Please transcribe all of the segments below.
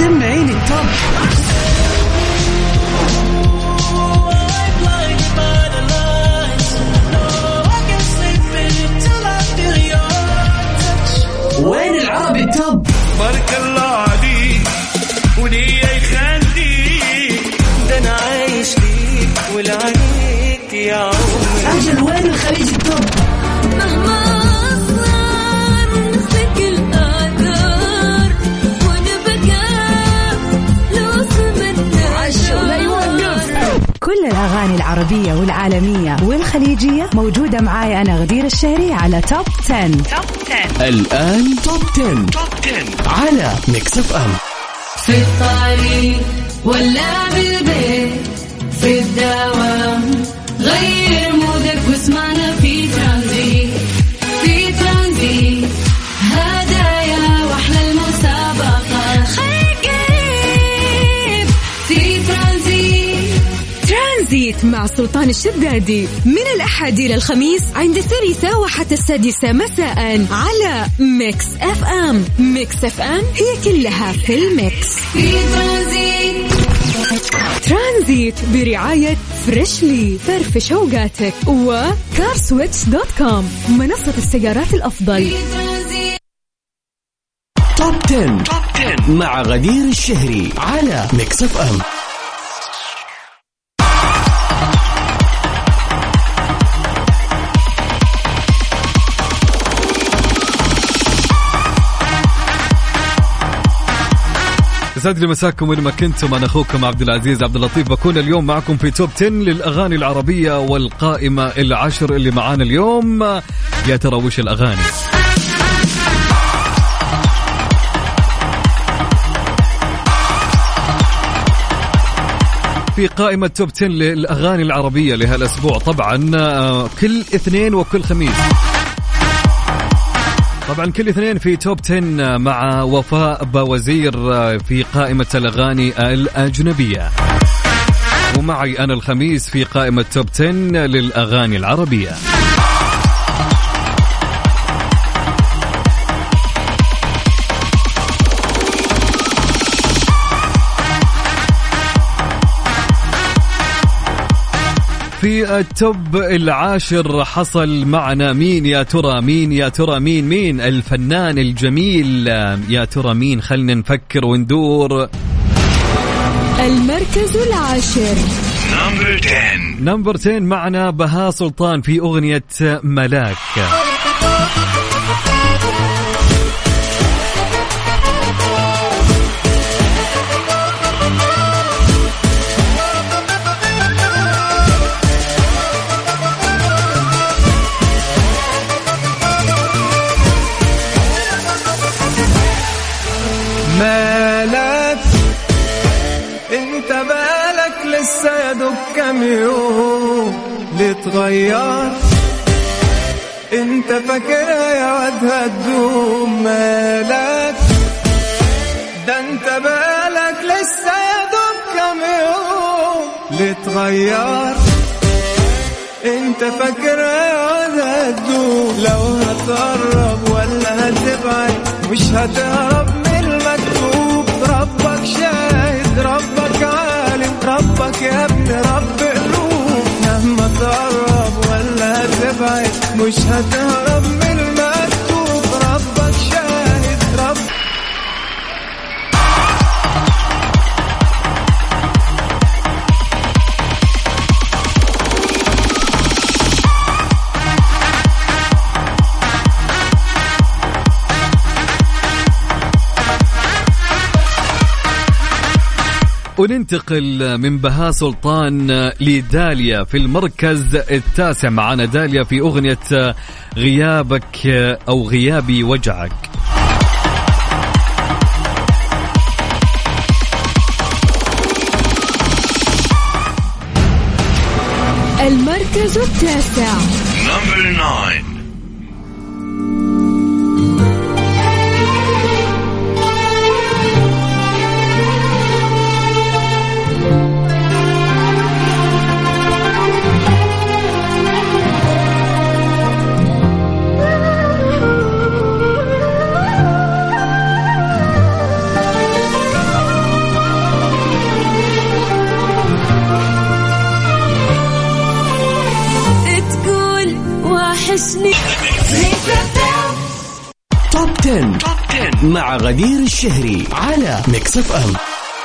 سمعين التوب. وين العربي التوب؟ بارك الله عليك ولي يخليك، ده انا عايش ليك ولعنيك يا عمري. أجل وين الخليج التوب؟ مهما أصغر نسلك الآثار ونبقى لو سمتنا عشو لا يوقف. كل الأغاني العربية والعالمية والخليجية موجودة معاي أنا غدير الشهري على توب 10. الآن توب 10 على ميكس اف ام. في الطريق ولا بالبيت في الدوام غير مودك واسمعنا في ترانزيت. في ترانزيت هدايا واحلى المسابقة خليك قريب في ترانزيت مع سلطان الشدادي من الأحد إلى الخميس عند 3 وحتى 6 مساء على ميكس اف ام. ميكس اف ام هي كلها في الميكس. في ترانزيت برعاية فريشلي فرفش اوقاتك وكارسويتش.com منصة السيارات الأفضل. توب 10 مع غدير الشهري على ميكس اف ام. يسعد لي مساكم وين ما كنتم. أنا أخوكم عبد العزيز عبد اللطيف، بكون اليوم معكم في توب 10 للأغاني العربية، والقائمة 10 اللي معانا اليوم يا ترى وش الأغاني. في قائمة توب 10 للأغاني العربية لهالأسبوع طبعا كل اثنين وكل خميس، طبعا كل اثنين في توب 10 مع وفاء باوزير في قائمة الأغاني الأجنبية، ومعي أنا الخميس في قائمة توب 10 للأغاني العربية. في التوب 10 حصل معنا مين يا ترى؟ مين الفنان الجميل يا ترى مين؟ خلنا نفكر وندور. المركز 10 نمبر 10 معنا بهاء سلطان في أغنية ملاك. مالك انت بالك لسه يا دوب كام يوم لتغير، انت فاكرها يا واد هتدوم. مالك ده انت بالك لسه يا دوب كام يوم لتغير، انت فاكرها يا واد هتدوم. لو هتقرب ولا هتبعد مش هتهرب من المكتوب. ربك شاهد، ربك عالم، ربك يا ابن رب قلوب. مهما تقرب ولا هتبعد مش هتهرب من المكتوب. ربك شاهد وننتقل من بهاء سلطان لداليا في المركز 9. معنا داليا في أغنية غيابك أو غيابي وجعك. المركز 9 Number 9. وحشني. توب 10 مع غدير الشهري على ميكس اف ام.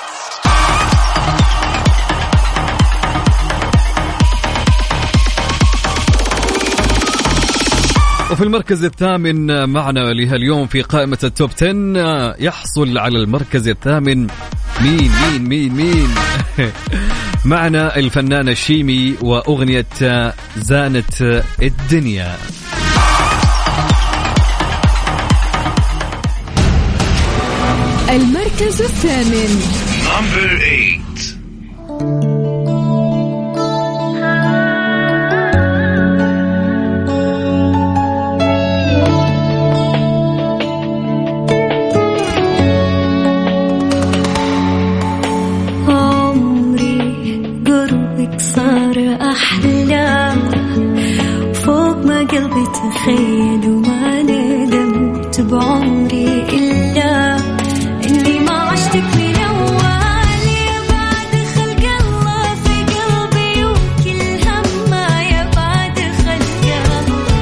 وفي المركز الثامن معنا لها اليوم في قائمة التوب 10 يحصل على المركز الثامن مين معنا الفنان الشيمي وأغنية زانت الدنيا. المركز الثامن Number 8. صار أحلى فوق ما قلبي تخيل وما ندمت بعمري إلا إني ما عشتك من أول بعد خلق الله في قلبي وكل همة يا بعد خلق الله.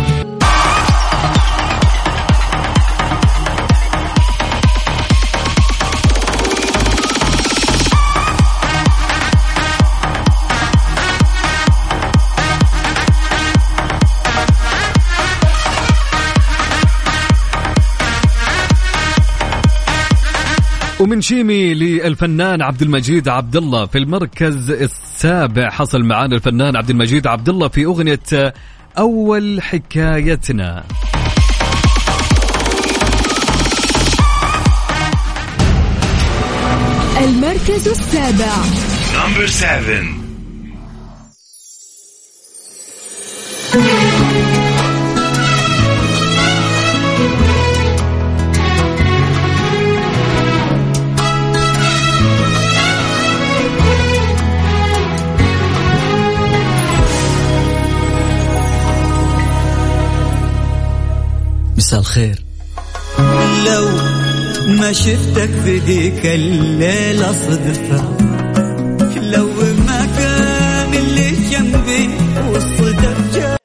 ومن شيمي للفنان عبد المجيد عبد الله في المركز السابع حصل معانا الفنان عبد المجيد عبد الله في أغنية أول حكايتنا. المركز السابع Number 7. مساء الخير. لو ما شفتك في ذيك الليلة صدفة، لو ما كان اللي جنبي والصدف جاء.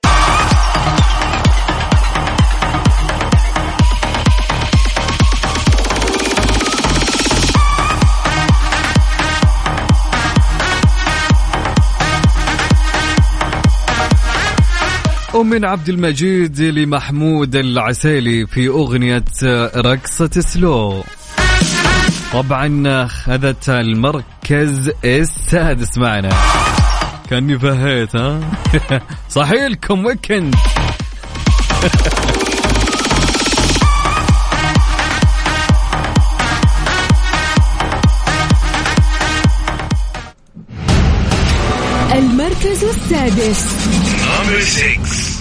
ومن عبد المجيد لمحمود العسيلي في أغنية رقصة سلو. طبعا أخذت المركز السادس معنا. كاني فهيت ها صحيح لكم ويكند. المركز السادس Number 6.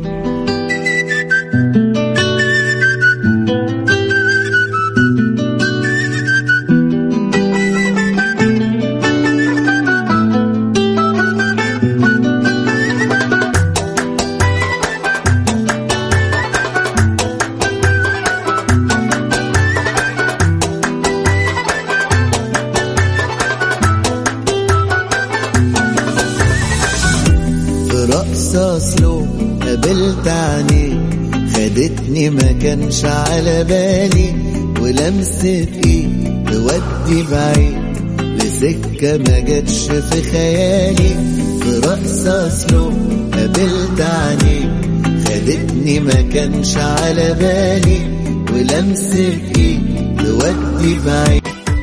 سلو قبلت عنيك خدتني ما كانش على بالي ولمسة ايد تودي بعيد لسكة ما جاتش في خيالي. في رقصة سلو قبلت عنيك خدتني ما كانش على بالي ولمسة ايد تودي بعيد.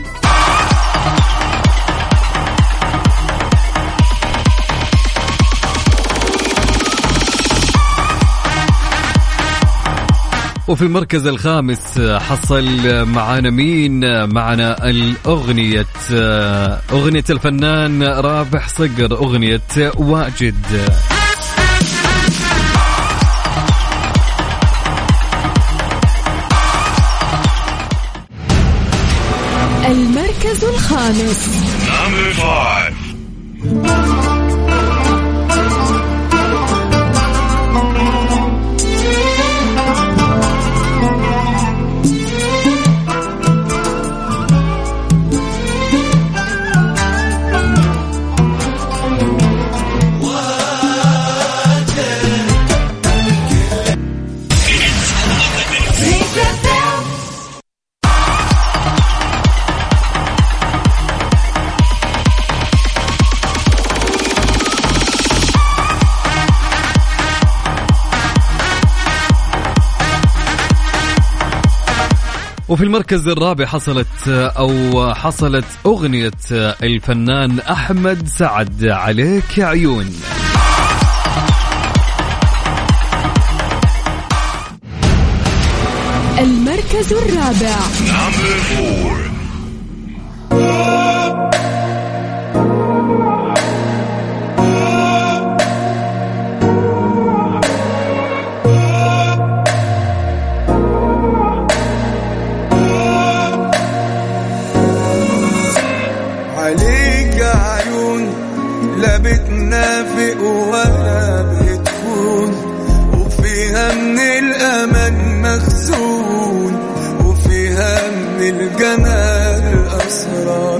وفي المركز الخامس حصل معنا مين؟ معنا الأغنية أغنية الفنان رابح صقر، أغنية واجد. المركز الخامس Number 5. وفي المركز الرابع حصلت أغنية الفنان أحمد سعد عليك يا عيون. المركز الرابع عليك عيون لا بتنافق ولا بتخون وفيها من الأمل مخزون وفيها من الجمال أسرار.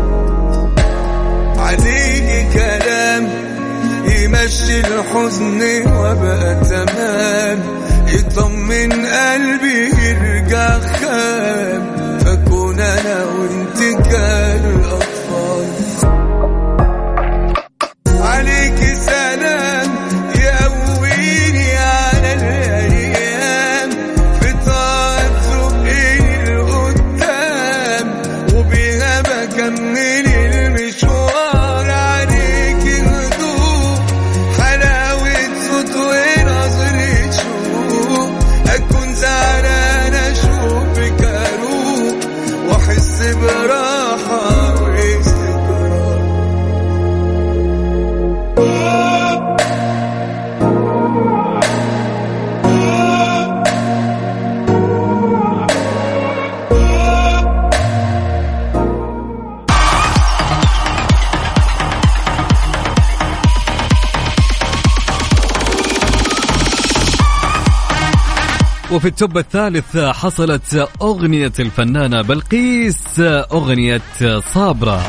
عليك كلام يمشي الحزن وبقى تمام يطمن قلبي يرجع خام فكون أنا وانت كالأطفال. عليك سلام يقويني على الأيام في طاعة زقي لقدام وبيها بكمل المشوار. عليك هدوء حلاوة صوت ونظرة شوق أكون زعلان أشوفك أروق وأحس براحة واستقرار. وفي التوب الثالث حصلت أغنية الفنانة بلقيس أغنية صابرة.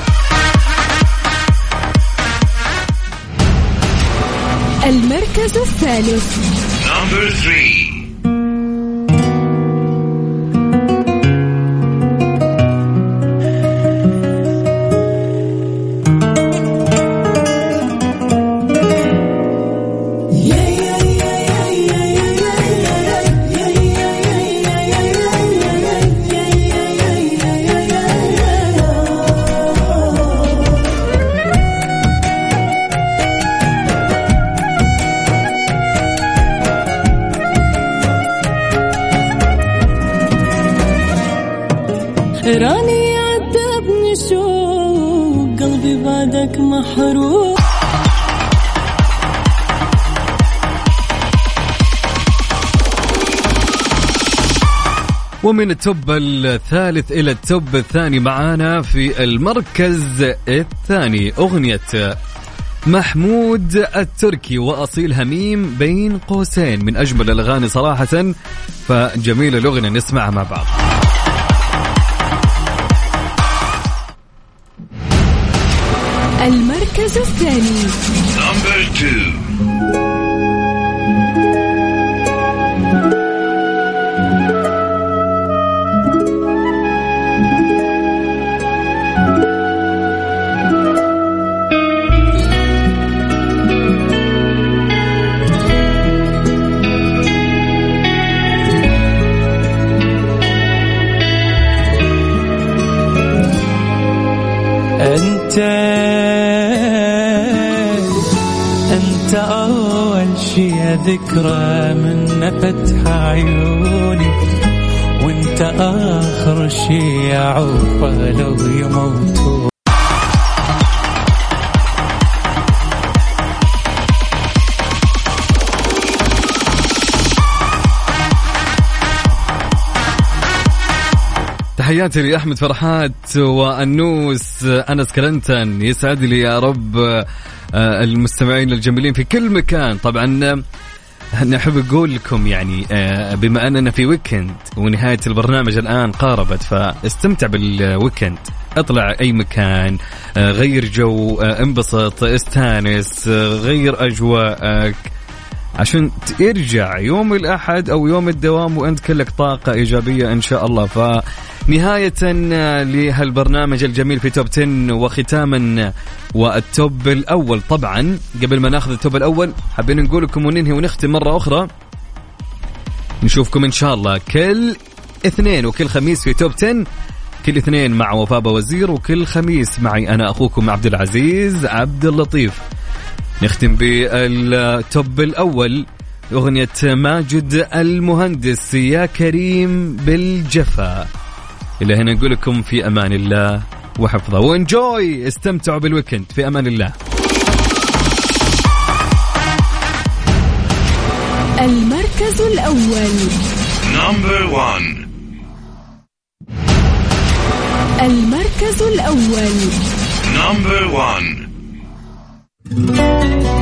المركز الثالث Number 3. راني عذبني شوق قلبي بعدك محروق. ومن التوب الثالث إلى التوب الثاني معانا في المركز الثاني أغنية محمود التركي وأصيل هميم بين قوسين، من أجمل الأغاني صراحة، فجميلة الأغنية نسمعها مع بعض. المركز الثاني Number 2. أنت أول شي ذكرى من فتح عيوني وأنت آخر شي أعوفه لو يموتون. تحياتي لأحمد فرحات وأنوس أنس كلنتن، يسعد لي يا رب المستمعين الجميلين في كل مكان. طبعا نحب نقول لكم يعني بما أننا في ويكند ونهاية البرنامج الآن قاربت، فاستمتع بالويكند، اطلع أي مكان، غير جو، انبسط، استانس، غير أجواءك عشان ترجع يوم الأحد أو يوم الدوام وأنت كلك طاقة إيجابية إن شاء الله. فنهاية لهالبرنامج الجميل في توب 10 وختاما والتوب الأول. طبعا قبل ما ناخذ التوب الأول حابين نقول لكم وننهي ونختم مرة أخرى، نشوفكم إن شاء الله كل اثنين، وكل خميس في توب 10. كل اثنين مع وفاء وزير، وكل خميس معي أنا أخوكم عبد العزيز عبد اللطيف. نختم بالتوب الأول، أغنية ماجد المهندس يا كريم بالجفا. إلى هنا نقول لكم في أمان الله وحفظه وانجوي، استمتعوا بالويكند، في أمان الله. المركز الأول. Number 1. المركز الأول. Number 1.